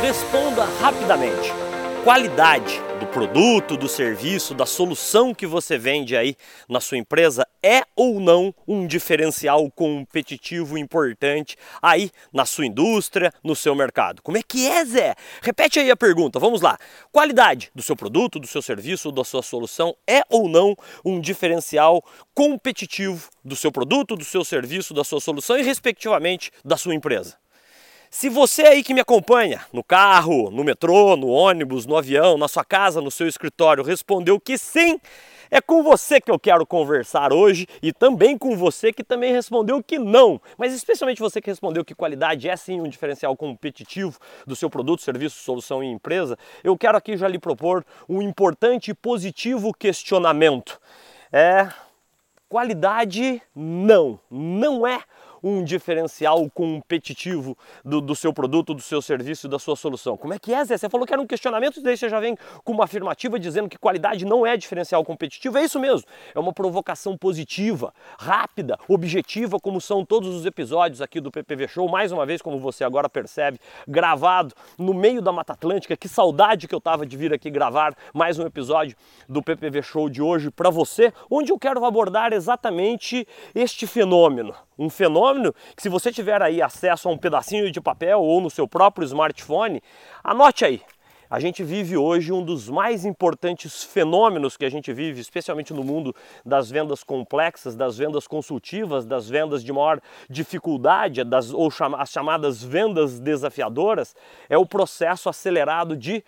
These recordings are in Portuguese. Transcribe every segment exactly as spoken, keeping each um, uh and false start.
Responda rapidamente. Qualidade do produto, do serviço, da solução que você vende aí na sua empresa é ou não um diferencial competitivo importante aí na sua indústria, no seu mercado? Como é que é, Zé? Repete aí a pergunta, vamos lá. Qualidade do seu produto, do seu serviço, da sua solução é ou não um diferencial competitivo do seu produto, do seu serviço, da sua solução e, respectivamente, da sua empresa? Se você aí que me acompanha no carro, no metrô, no ônibus, no avião, na sua casa, no seu escritório, respondeu que sim, é com você que eu quero conversar hoje e também com você que também respondeu que não. Mas especialmente você que respondeu que qualidade é sim um diferencial competitivo do seu produto, serviço, solução e empresa, eu quero aqui já lhe propor um importante e positivo questionamento. É, qualidade não, não é um diferencial competitivo do, do seu produto, do seu serviço e da sua solução. Como é que é, Zé? Você falou que era um questionamento e daí você já vem com uma afirmativa dizendo que qualidade não é diferencial competitivo. É isso mesmo, é uma provocação positiva, rápida, objetiva, como são todos os episódios aqui do P P V Show, mais uma vez, como você agora percebe, gravado no meio da Mata Atlântica. Que saudade que eu tava de vir aqui gravar mais um episódio do P P V Show de hoje para você, onde eu quero abordar exatamente este fenômeno. Um fenômeno que, se você tiver aí acesso a um pedacinho de papel ou no seu próprio smartphone, anote aí. A gente vive hoje um dos mais importantes fenômenos que a gente vive, especialmente no mundo das vendas complexas, das vendas consultivas, das vendas de maior dificuldade, das, ou chama, as chamadas vendas desafiadoras, é o processo acelerado de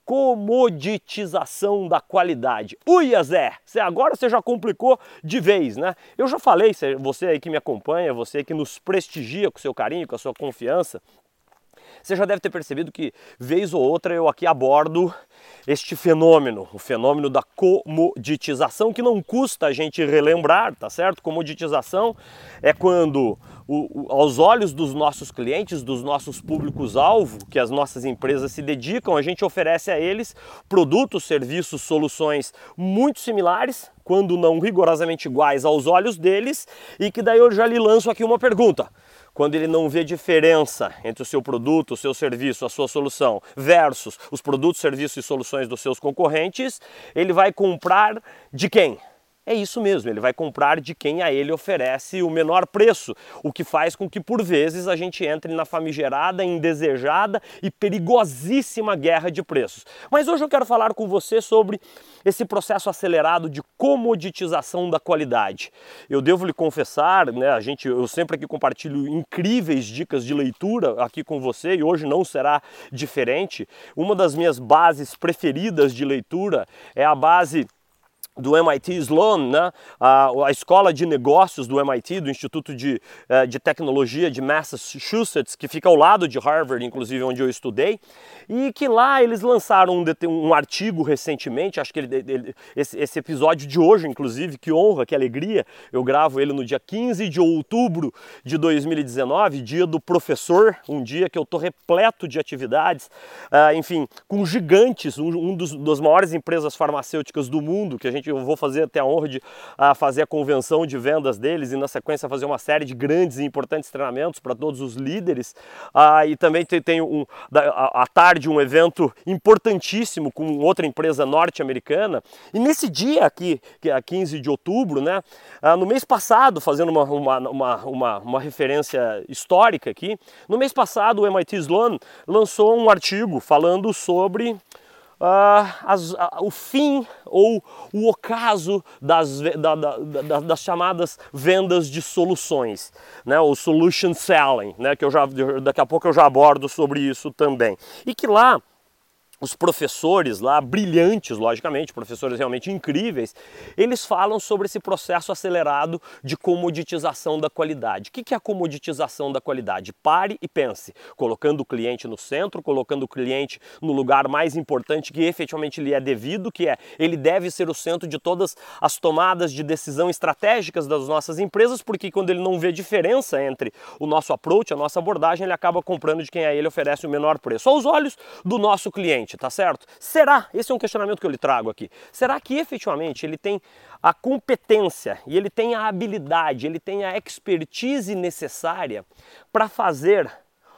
comoditização da qualidade. Uia, Zé, agora você já complicou de vez, né? Eu já falei, você aí que me acompanha, você que nos prestigia com seu carinho, com a sua confiança, você já deve ter percebido que, vez ou outra, eu aqui abordo este fenômeno, o fenômeno da comoditização, que não custa a gente relembrar, tá certo? Comoditização é quando, o, o, aos olhos dos nossos clientes, dos nossos públicos-alvo, que as nossas empresas se dedicam, a gente oferece a eles produtos, serviços, soluções muito similares, quando não rigorosamente iguais aos olhos deles, e que daí eu já lhe lanço aqui uma pergunta. Quando ele não vê diferença entre o seu produto, o seu serviço, a sua solução versus os produtos, serviços e soluções dos seus concorrentes, ele vai comprar de quem? É isso mesmo, ele vai comprar de quem a ele oferece o menor preço, o que faz com que, por vezes, a gente entre na famigerada, indesejada e perigosíssima guerra de preços. Mas hoje eu quero falar com você sobre esse processo acelerado de comoditização da qualidade. Eu devo lhe confessar, né, a gente, eu sempre aqui compartilho incríveis dicas de leitura aqui com você e hoje não será diferente. Uma das minhas bases preferidas de leitura é a base do M I T Sloan, né? a, a escola de negócios do M I T, do Instituto de, de Tecnologia de Massachusetts, que fica ao lado de Harvard, inclusive onde eu estudei, e que lá eles lançaram um, um artigo recentemente, acho que ele, ele, esse, esse episódio de hoje, inclusive, que honra, que alegria, eu gravo ele no dia quinze de outubro de dois mil e dezenove, dia do professor, um dia que eu estou repleto de atividades, uh, enfim, com gigantes, um, um dos, das maiores empresas farmacêuticas do mundo, que a gente eu vou fazer até a honra de uh, fazer a convenção de vendas deles e na sequência fazer uma série de grandes e importantes treinamentos para todos os líderes. Uh, e também tem, tem um, à tarde um evento importantíssimo com outra empresa norte-americana. E nesse dia aqui, que é quinze de outubro, né, uh, no mês passado, fazendo uma, uma, uma, uma, uma referência histórica aqui, no mês passado o M I T Sloan lançou um artigo falando sobre Uh, as, uh, o fim ou o ocaso das, da, da, da, das chamadas vendas de soluções, né, o solution selling, né, que eu já, daqui a pouco eu já abordo sobre isso também. E que lá os professores lá, brilhantes, logicamente, professores realmente incríveis, eles falam sobre esse processo acelerado de comoditização da qualidade. O que é a comoditização da qualidade? Pare e pense, colocando o cliente no centro, colocando o cliente no lugar mais importante que efetivamente lhe é devido, que é, ele deve ser o centro de todas as tomadas de decisão estratégicas das nossas empresas, porque quando ele não vê diferença entre o nosso approach, a nossa abordagem, ele acaba comprando de quem a ele oferece o menor preço, aos olhos do nosso cliente. Tá certo? Será, esse é um questionamento que eu lhe trago aqui, será que efetivamente ele tem a competência e ele tem a habilidade, ele tem a expertise necessária para fazer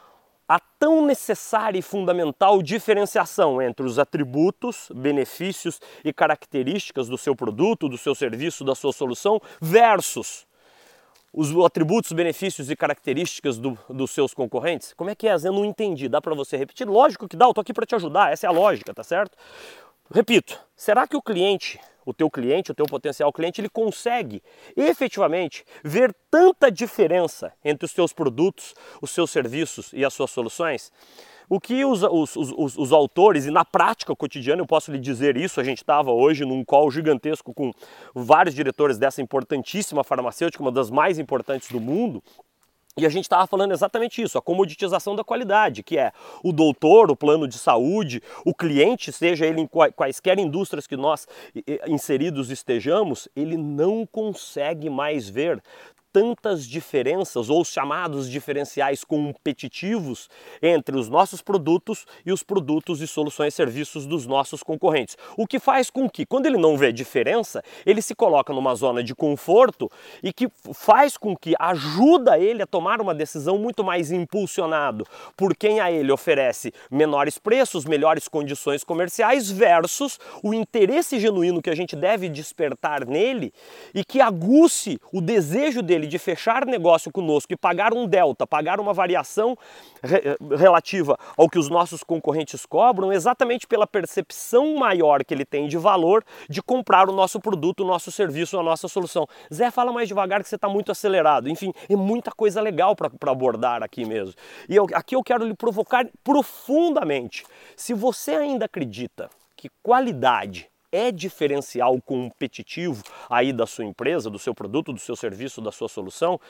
a tão necessária e fundamental diferenciação entre os atributos, benefícios e características do seu produto, do seu serviço, da sua solução, versus os atributos, benefícios e características do, dos seus concorrentes? Como é que é? Eu não entendi. Dá para você repetir? Lógico que dá, eu tô aqui para te ajudar, essa é a lógica, tá certo? Repito, será que o cliente, o teu cliente, o teu potencial cliente, ele consegue efetivamente ver tanta diferença entre os teus produtos, os seus serviços e as suas soluções? O que os, os, os, os autores, e na prática cotidiana eu posso lhe dizer isso, a gente estava hoje num call gigantesco com vários diretores dessa importantíssima farmacêutica, uma das mais importantes do mundo, e a gente estava falando exatamente isso, a comoditização da qualidade, que é o doutor, o plano de saúde, o cliente, seja ele em quaisquer indústrias que nós inseridos estejamos, ele não consegue mais ver tantas diferenças ou chamados diferenciais competitivos entre os nossos produtos e os produtos e soluções e serviços dos nossos concorrentes. O que faz com que, quando ele não vê diferença, ele se coloca numa zona de conforto e que faz com que ajuda ele a tomar uma decisão muito mais impulsionado por quem a ele oferece menores preços, melhores condições comerciais versus o interesse genuíno que a gente deve despertar nele e que aguce o desejo dele de fechar negócio conosco e pagar um delta, pagar uma variação re relativa ao que os nossos concorrentes cobram, exatamente pela percepção maior que ele tem de valor de comprar o nosso produto, o nosso serviço, a nossa solução. Zé, fala mais devagar que você está muito acelerado. Enfim, é muita coisa legal para abordar aqui mesmo. E eu, aqui eu quero lhe provocar profundamente. Se você ainda acredita que qualidade é diferencial competitivo aí da sua empresa, do seu produto, do seu serviço, da sua solução,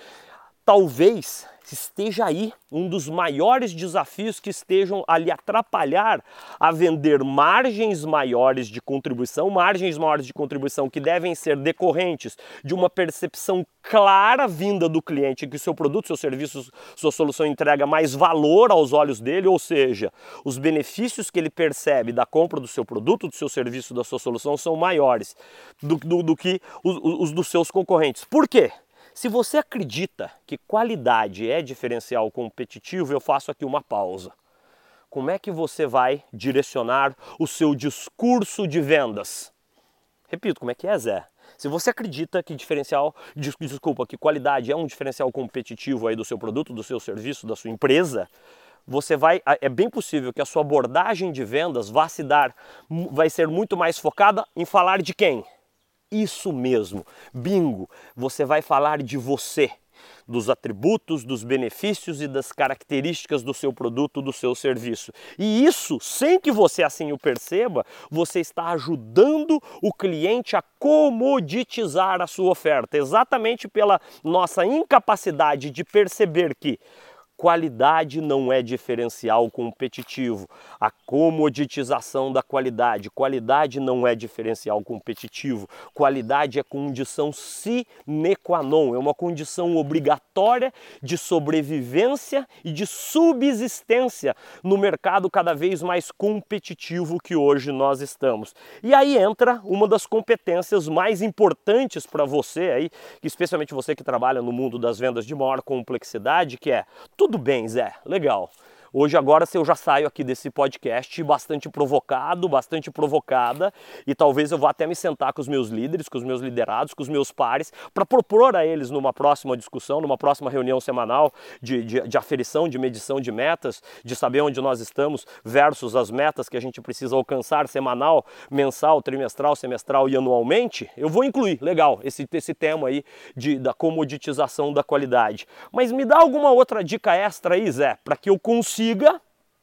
talvez esteja aí um dos maiores desafios que estejam a lhe atrapalhar a vender margens maiores de contribuição, margens maiores de contribuição que devem ser decorrentes de uma percepção clara vinda do cliente que o seu produto, seu serviço, sua solução entrega mais valor aos olhos dele, ou seja, os benefícios que ele percebe da compra do seu produto, do seu serviço, da sua solução são maiores do, do, do que os, os dos seus concorrentes. Por quê? Se você acredita que qualidade é diferencial competitivo, eu faço aqui uma pausa. Como é que você vai direcionar o seu discurso de vendas? Repito, como é que é, Zé? Se você acredita que diferencial, desculpa, que qualidade é um diferencial competitivo aí do seu produto, do seu serviço, da sua empresa, você vai, é bem possível que a sua abordagem de vendas vá se dar, vai ser muito mais focada em falar de quem? Isso mesmo, bingo, você vai falar de você, dos atributos, dos benefícios e das características do seu produto, do seu serviço. E isso, sem que você assim o perceba, você está ajudando o cliente a comoditizar a sua oferta, exatamente pela nossa incapacidade de perceber que qualidade não é diferencial competitivo. A comoditização da qualidade. Qualidade não é diferencial competitivo. Qualidade é condição sine qua non. É uma condição obrigatória de sobrevivência e de subsistência no mercado cada vez mais competitivo que hoje nós estamos. E aí entra uma das competências mais importantes para você aí, especialmente você que trabalha no mundo das vendas de maior complexidade, que é tudo bem, Zé, legal. Hoje agora eu já saio aqui desse podcast bastante provocado, bastante provocada, e talvez eu vá até me sentar com os meus líderes, com os meus liderados, com os meus pares, para propor a eles numa próxima discussão, numa próxima reunião semanal de, de, de aferição, de medição de metas, de saber onde nós estamos versus as metas que a gente precisa alcançar semanal, mensal, trimestral, semestral e anualmente. Eu vou incluir, legal, esse, esse tema aí de, da comoditização da qualidade. Mas me dá alguma outra dica extra aí, Zé, para que eu consiga consiga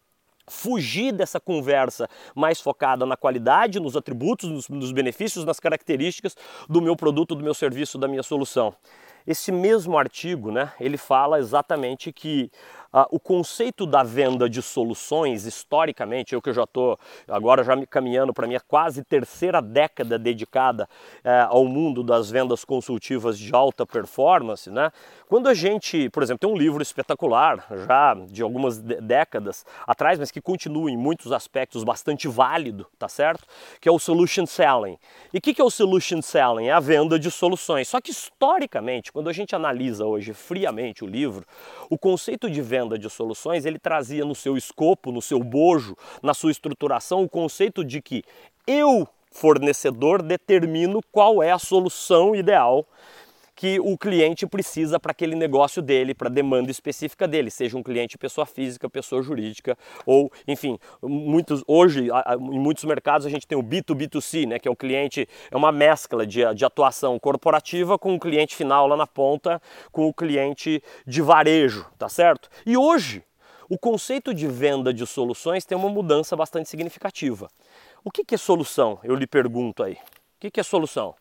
fugir dessa conversa mais focada na qualidade, nos atributos, nos, nos benefícios, nas características do meu produto, do meu serviço, da minha solução. Esse mesmo artigo, né, ele fala exatamente que ah, o conceito da venda de soluções, historicamente, eu que já estou agora já me caminhando para a minha quase terceira década dedicada eh, ao mundo das vendas consultivas de alta performance, né? Quando a gente, por exemplo, tem um livro espetacular, já de algumas décadas atrás, mas que continua em muitos aspectos bastante válido, tá certo? Que é o Solution Selling. E o que, que é o Solution Selling? É a venda de soluções. Só que historicamente, quando a gente analisa hoje friamente o livro, o conceito de venda venda de soluções, ele trazia no seu escopo, no seu bojo, na sua estruturação, o conceito de que eu, fornecedor, determino qual é a solução ideal que o cliente precisa para aquele negócio dele, para a demanda específica dele, seja um cliente pessoa física, pessoa jurídica, ou, enfim, muitos, hoje, em muitos mercados a gente tem o B dois B dois C, né, que é o cliente, é uma mescla de, de atuação corporativa com o cliente final lá na ponta, com o cliente de varejo, tá certo? E hoje, o conceito de venda de soluções tem uma mudança bastante significativa. O que que é solução? Eu lhe pergunto aí. O que que é solução?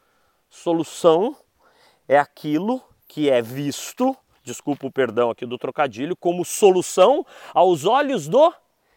Solução é aquilo que é visto, desculpa o perdão aqui do trocadilho, como solução aos olhos do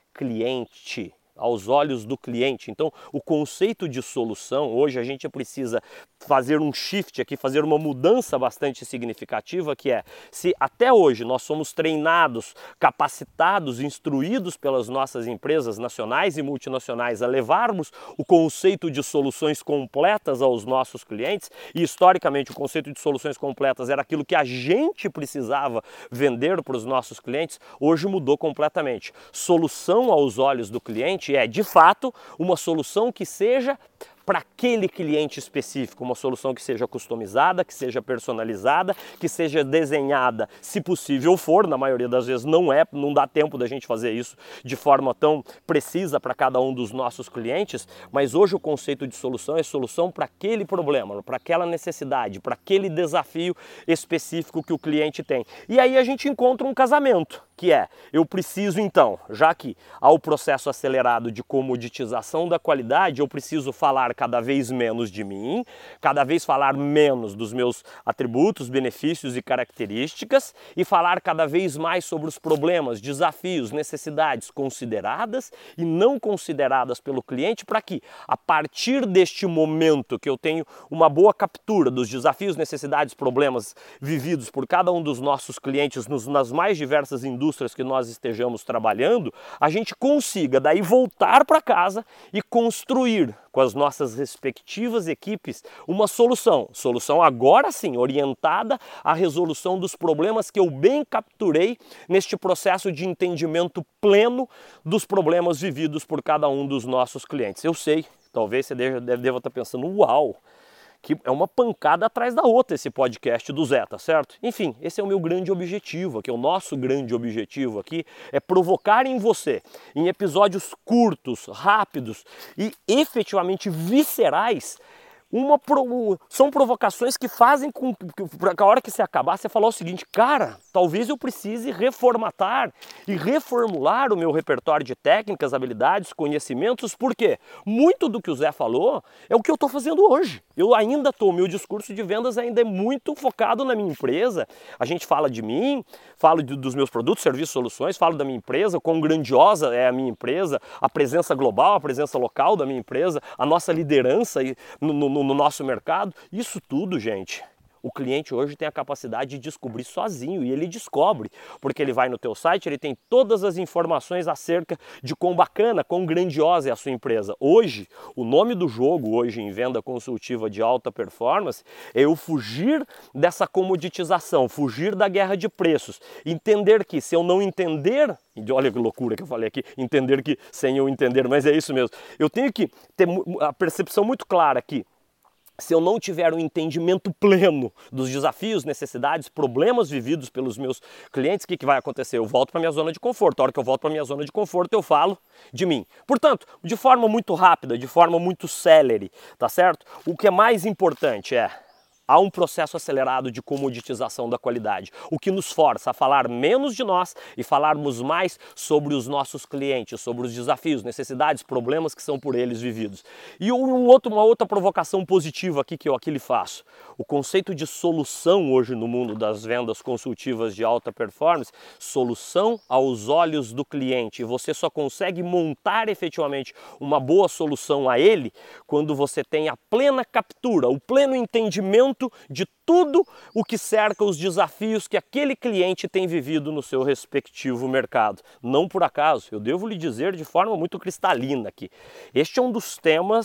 cliente. Aos olhos do cliente. Então, o conceito de solução, hoje a gente precisa fazer um shift aqui, fazer uma mudança bastante significativa, que é, se até hoje nós somos treinados, capacitados, instruídos pelas nossas empresas nacionais e multinacionais a levarmos o conceito de soluções completas aos nossos clientes, e historicamente o conceito de soluções completas era aquilo que a gente precisava vender para os nossos clientes, hoje mudou completamente. Solução aos olhos do cliente é, de fato, uma solução que seja para aquele cliente específico, uma solução que seja customizada, que seja personalizada, que seja desenhada, se possível for, na maioria das vezes não é, não dá tempo da gente fazer isso de forma tão precisa para cada um dos nossos clientes, mas hoje o conceito de solução é solução para aquele problema, para aquela necessidade, para aquele desafio específico que o cliente tem. E aí a gente encontra um casamento, que é, eu preciso então, já que há o processo acelerado de comoditização da qualidade, eu preciso falar cada vez menos de mim, cada vez falar menos dos meus atributos, benefícios e características e falar cada vez mais sobre os problemas, desafios, necessidades consideradas e não consideradas pelo cliente, para que, a partir deste momento que eu tenho uma boa captura dos desafios, necessidades, problemas vividos por cada um dos nossos clientes nos, nas mais diversas indústrias que nós estejamos trabalhando, a gente consiga daí voltar para casa e construir com as nossas respectivas equipes uma solução, solução agora sim orientada à resolução dos problemas que eu bem capturei neste processo de entendimento pleno dos problemas vividos por cada um dos nossos clientes. Eu sei, talvez você deva, deva estar pensando, uau, que é uma pancada atrás da outra esse podcast do Zé, tá certo? Enfim, esse é o meu grande objetivo aqui, o nosso grande objetivo aqui é provocar em você, em episódios curtos, rápidos e efetivamente viscerais, uma pro... são provocações que fazem com que a hora que você acabar, você falar o seguinte, cara, talvez eu precise reformatar e reformular o meu repertório de técnicas, habilidades, conhecimentos, porque muito do que o Zé falou é o que eu estou fazendo hoje. Eu ainda estou, meu discurso de vendas ainda é muito focado na minha empresa, a gente fala de mim, falo de, dos meus produtos, serviços, soluções, falo da minha empresa, quão grandiosa é a minha empresa, a presença global, a presença local da minha empresa, a nossa liderança no, no no nosso mercado, isso tudo, gente, o cliente hoje tem a capacidade de descobrir sozinho, e ele descobre, porque ele vai no teu site, ele tem todas as informações acerca de quão bacana, quão grandiosa é a sua empresa. Hoje, o nome do jogo, hoje em venda consultiva de alta performance, é eu fugir dessa comoditização, fugir da guerra de preços, entender que se eu não entender, olha que loucura que eu falei aqui, entender que sem eu entender, mas é isso mesmo, eu tenho que ter a percepção muito clara que se eu não tiver um entendimento pleno dos desafios, necessidades, problemas vividos pelos meus clientes, o que, que vai acontecer? Eu volto para a minha zona de conforto. A hora que eu volto para a minha zona de conforto, eu falo de mim. Portanto, de forma muito rápida, de forma muito célere, tá certo? O que é mais importante é, há um processo acelerado de comoditização da qualidade, o que nos força a falar menos de nós e falarmos mais sobre os nossos clientes, sobre os desafios, necessidades, problemas que são por eles vividos. E um outro, uma outra provocação positiva aqui que eu aqui lhe faço. O conceito de solução hoje no mundo das vendas consultivas de alta performance, solução aos olhos do cliente. Você só consegue montar efetivamente uma boa solução a ele quando você tem a plena captura, o pleno entendimento de tudo o que cerca os desafios que aquele cliente tem vivido no seu respectivo mercado. Não por acaso, eu devo lhe dizer de forma muito cristalina aqui, este é um dos temas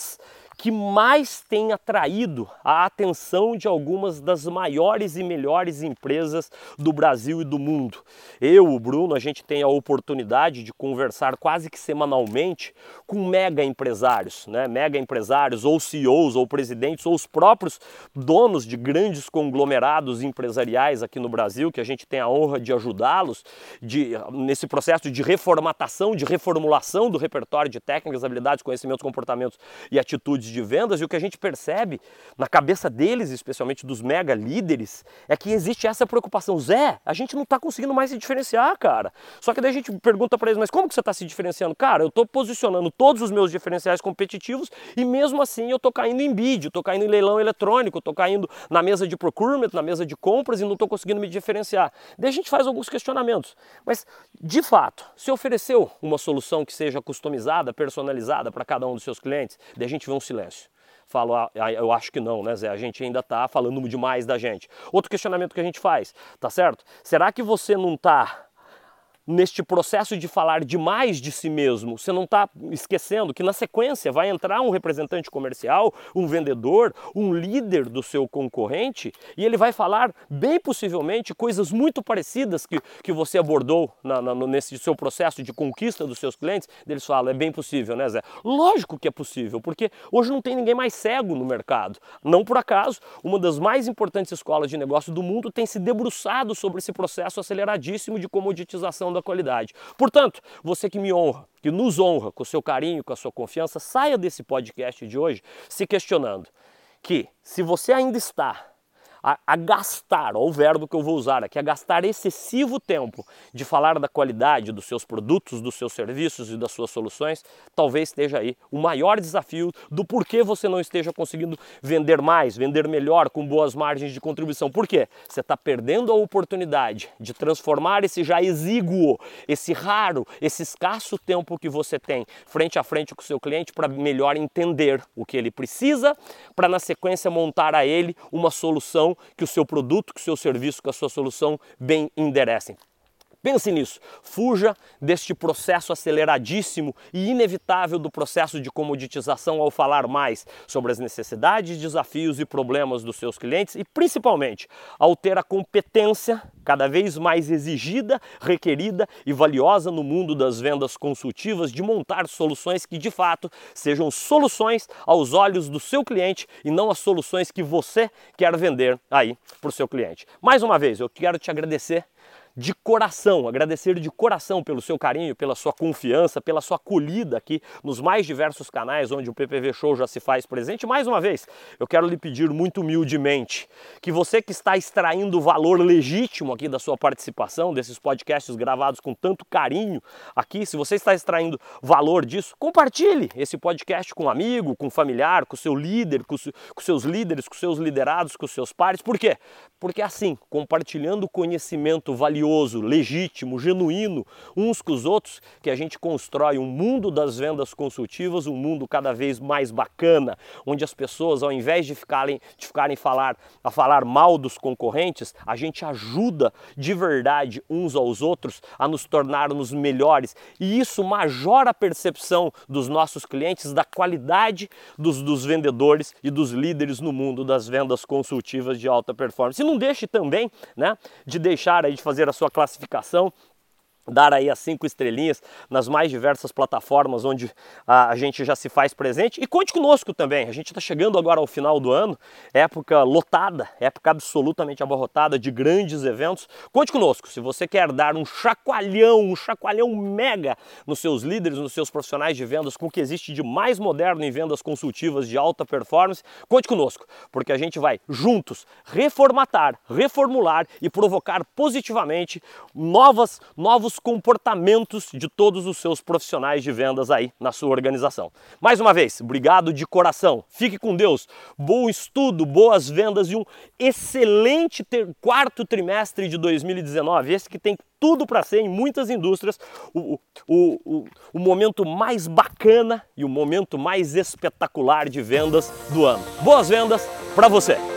que mais tem atraído a atenção de algumas das maiores e melhores empresas do Brasil e do mundo. Eu, o Bruno, a gente tem a oportunidade de conversar quase que semanalmente com mega empresários, né? Mega empresários ou C E Os ou presidentes ou os próprios donos de grandes conglomerados empresariais aqui no Brasil, que a gente tem a honra de ajudá-los de, nesse processo de reformatação, de reformulação do repertório de técnicas, habilidades, conhecimentos, comportamentos e atitudes de vendas. E o que a gente percebe na cabeça deles, especialmente dos mega líderes, é que existe essa preocupação. Zé, a gente não está conseguindo mais se diferenciar, cara. Só que daí a gente pergunta para eles, mas como que você está se diferenciando? Cara, eu estou posicionando todos os meus diferenciais competitivos e mesmo assim eu estou caindo em bid, estou caindo em leilão eletrônico, estou caindo na mesa de procurement, na mesa de compras e não estou conseguindo me diferenciar. Daí a gente faz alguns questionamentos. Mas, de fato, se ofereceu uma solução que seja customizada, personalizada para cada um dos seus clientes, daí a gente vê um silêncio. Falo, ah, eu acho que não, né, Zé? A gente ainda está falando demais da gente. Outro questionamento que a gente faz, tá certo? Será que você não está neste processo de falar demais de si mesmo? Você não está esquecendo que na sequência vai entrar um representante comercial, um vendedor, um líder do seu concorrente e ele vai falar bem possivelmente coisas muito parecidas que, que você abordou na, na, nesse seu processo de conquista dos seus clientes. Eles falam, é bem possível, né, Zé? Lógico que é possível, porque hoje não tem ninguém mais cego no mercado. Não por acaso, uma das mais importantes escolas de negócio do mundo tem se debruçado sobre esse processo aceleradíssimo de comoditização da qualidade. Portanto, você que me honra, que nos honra com o seu carinho, com a sua confiança, saia desse podcast de hoje se questionando que se você ainda está a, a gastar, ó, o verbo que eu vou usar aqui, a gastar excessivo tempo de falar da qualidade dos seus produtos, dos seus serviços e das suas soluções, talvez esteja aí o maior desafio do porquê você não esteja conseguindo vender mais, vender melhor, com boas margens de contribuição. Por quê? Você está perdendo a oportunidade de transformar esse já exíguo, esse raro, esse escasso tempo que você tem frente a frente com o seu cliente para melhor entender o que ele precisa, para na sequência montar a ele uma solução que o seu produto, que o seu serviço, que a sua solução bem enderecem. Pense nisso, fuja deste processo aceleradíssimo e inevitável do processo de comoditização ao falar mais sobre as necessidades, desafios e problemas dos seus clientes e principalmente ao ter a competência cada vez mais exigida, requerida e valiosa no mundo das vendas consultivas de montar soluções que de fato sejam soluções aos olhos do seu cliente e não as soluções que você quer vender aí para o seu cliente. Mais uma vez, eu quero te agradecer de coração, agradecer de coração pelo seu carinho, pela sua confiança, pela sua acolhida aqui nos mais diversos canais onde o P P V Show já se faz presente. Mais uma vez, eu quero lhe pedir muito humildemente que você que está extraindo valor legítimo aqui da sua participação, desses podcasts gravados com tanto carinho aqui, se você está extraindo valor disso, compartilhe esse podcast com um amigo, com um familiar, com o seu líder, com os seus líderes, com os seus liderados, com os seus pares. Por quê? Porque assim, compartilhando conhecimento valioso, legítimo, genuíno, uns com os outros, que a gente constrói um mundo das vendas consultivas, um mundo cada vez mais bacana, onde as pessoas, ao invés de ficarem, de ficarem falar, a falar mal dos concorrentes, a gente ajuda de verdade uns aos outros a nos tornarmos melhores. E isso majora a percepção dos nossos clientes da qualidade dos, dos vendedores e dos líderes no mundo das vendas consultivas de alta performance. E não deixe também, né, de deixar aí de fazer a sua classificação, dar aí as cinco estrelinhas nas mais diversas plataformas onde a, a gente já se faz presente e conte conosco também. A gente está chegando agora ao final do ano, época lotada, época absolutamente abarrotada de grandes eventos. Conte conosco, se você quer dar um chacoalhão, um chacoalhão mega nos seus líderes, nos seus profissionais de vendas, com o que existe de mais moderno em vendas consultivas de alta performance, conte conosco, porque a gente vai juntos reformatar, reformular e provocar positivamente novas, novos comportamentos de todos os seus profissionais de vendas aí na sua organização. Mais uma vez, obrigado de coração. Fique com Deus. Bom estudo, boas vendas e um excelente ter, quarto trimestre de dois mil e dezenove. Esse que tem tudo para ser em muitas indústrias o, o, o, o momento mais bacana e o momento mais espetacular de vendas do ano. Boas vendas para você!